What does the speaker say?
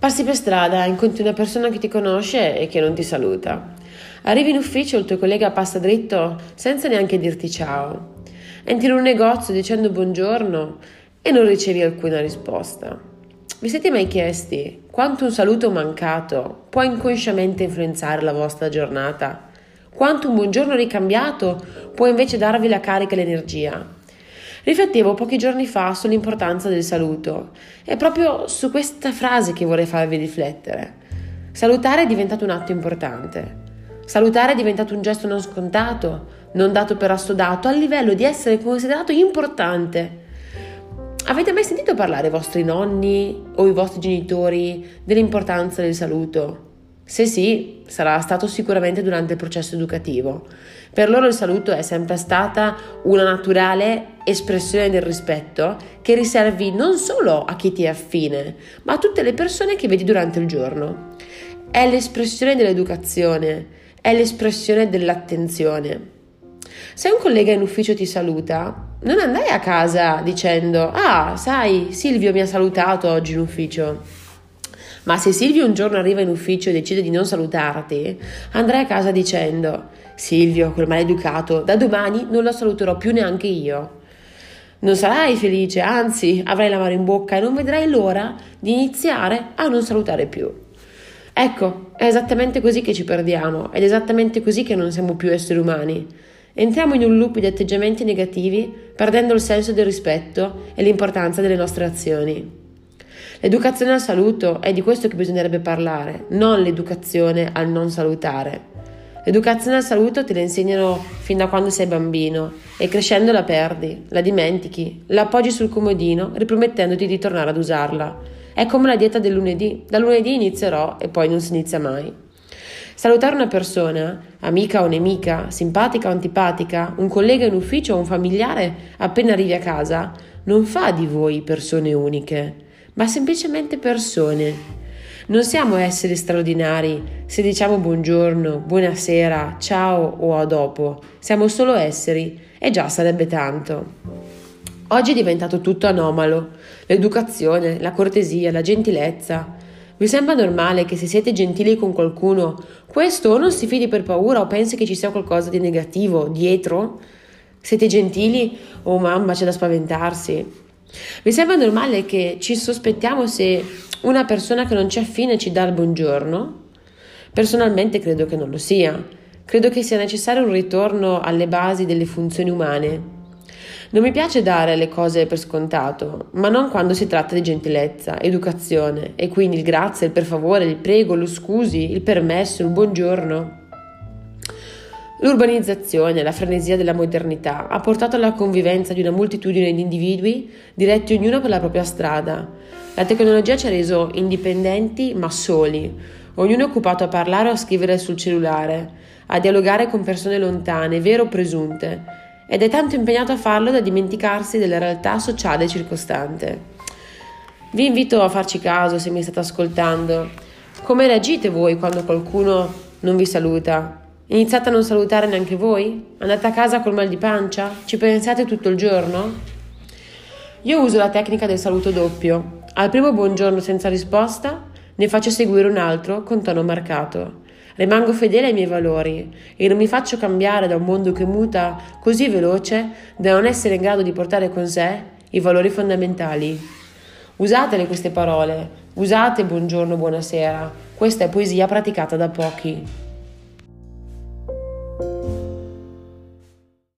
Passi per strada, incontri una persona che ti conosce e che non ti saluta. Arrivi in ufficio, il tuo collega passa dritto senza neanche dirti ciao. Entri in un negozio dicendo buongiorno e non ricevi alcuna risposta. Vi siete mai chiesti quanto un saluto mancato può inconsciamente influenzare la vostra giornata? Quanto un buongiorno ricambiato può invece darvi la carica e l'energia? Riflettevo pochi giorni fa sull'importanza del saluto. È proprio su questa frase che vorrei farvi riflettere. Salutare è diventato un atto importante. Salutare è diventato un gesto non scontato, non dato per assodato, a livello di essere considerato importante. Avete mai sentito parlare i vostri nonni o i vostri genitori dell'importanza del saluto? Se sì, sarà stato sicuramente durante il processo educativo. Per loro il saluto è sempre stata una naturale espressione del rispetto che riservi non solo a chi ti è affine, ma a tutte le persone che vedi durante il giorno. È l'espressione dell'educazione, è l'espressione dell'attenzione. Se un collega in ufficio ti saluta, non andai a casa dicendo «Ah, sai, Silvio mi ha salutato oggi in ufficio». Ma se Silvio un giorno arriva in ufficio e decide di non salutarti, andrai a casa dicendo «Silvio, quel maleducato, da domani non lo saluterò più neanche io». Non sarai felice, anzi avrai l'amaro in bocca e non vedrai l'ora di iniziare a non salutare più. Ecco, è esattamente così che ci perdiamo, ed è esattamente così che non siamo più esseri umani. Entriamo in un loop di atteggiamenti negativi, perdendo il senso del rispetto e l'importanza delle nostre azioni. L'educazione al saluto è di questo che bisognerebbe parlare, non l'educazione al non salutare. L'educazione al saluto te la insegnano fin da quando sei bambino e crescendo la perdi, la dimentichi, la appoggi sul comodino ripromettendoti di tornare ad usarla. È come la dieta del lunedì, da lunedì inizierò e poi non si inizia mai. Salutare una persona, amica o nemica, simpatica o antipatica, un collega in ufficio o un familiare appena arrivi a casa, non fa di voi persone uniche, ma semplicemente persone. Non siamo esseri straordinari se diciamo buongiorno, buonasera, ciao o a dopo. Siamo solo esseri e già sarebbe tanto. Oggi è diventato tutto anomalo. L'educazione, la cortesia, la gentilezza. Vi sembra normale che se siete gentili con qualcuno, questo o non si fidi per paura o pensi che ci sia qualcosa di negativo dietro? Siete gentili? Oh mamma, c'è da spaventarsi. Vi sembra normale che ci sospettiamo se una persona che non ci affine ci dà il buongiorno? Personalmente credo che non lo sia. Credo che sia necessario un ritorno alle basi delle funzioni umane. Non mi piace dare le cose per scontato, ma non quando si tratta di gentilezza, educazione, e quindi il grazie, il per favore, il prego, lo scusi, il permesso, il buongiorno. L'urbanizzazione, la frenesia della modernità ha portato alla convivenza di una moltitudine di individui diretti ognuno per la propria strada. La tecnologia ci ha reso indipendenti ma soli, ognuno è occupato a parlare o a scrivere sul cellulare, a dialogare con persone lontane, vere o presunte, ed è tanto impegnato a farlo da dimenticarsi della realtà sociale circostante. Vi invito a farci caso se mi state ascoltando. Come reagite voi quando qualcuno non vi saluta? Iniziate a non salutare neanche voi? Andate a casa col mal di pancia? Ci pensate tutto il giorno? Io uso la tecnica del saluto doppio. Al primo buongiorno senza risposta, ne faccio seguire un altro con tono marcato. Rimango fedele ai miei valori e non mi faccio cambiare da un mondo che muta così veloce da non essere in grado di portare con sé i valori fondamentali. Usatele queste parole, usate buongiorno, buonasera. Questa è poesia praticata da pochi.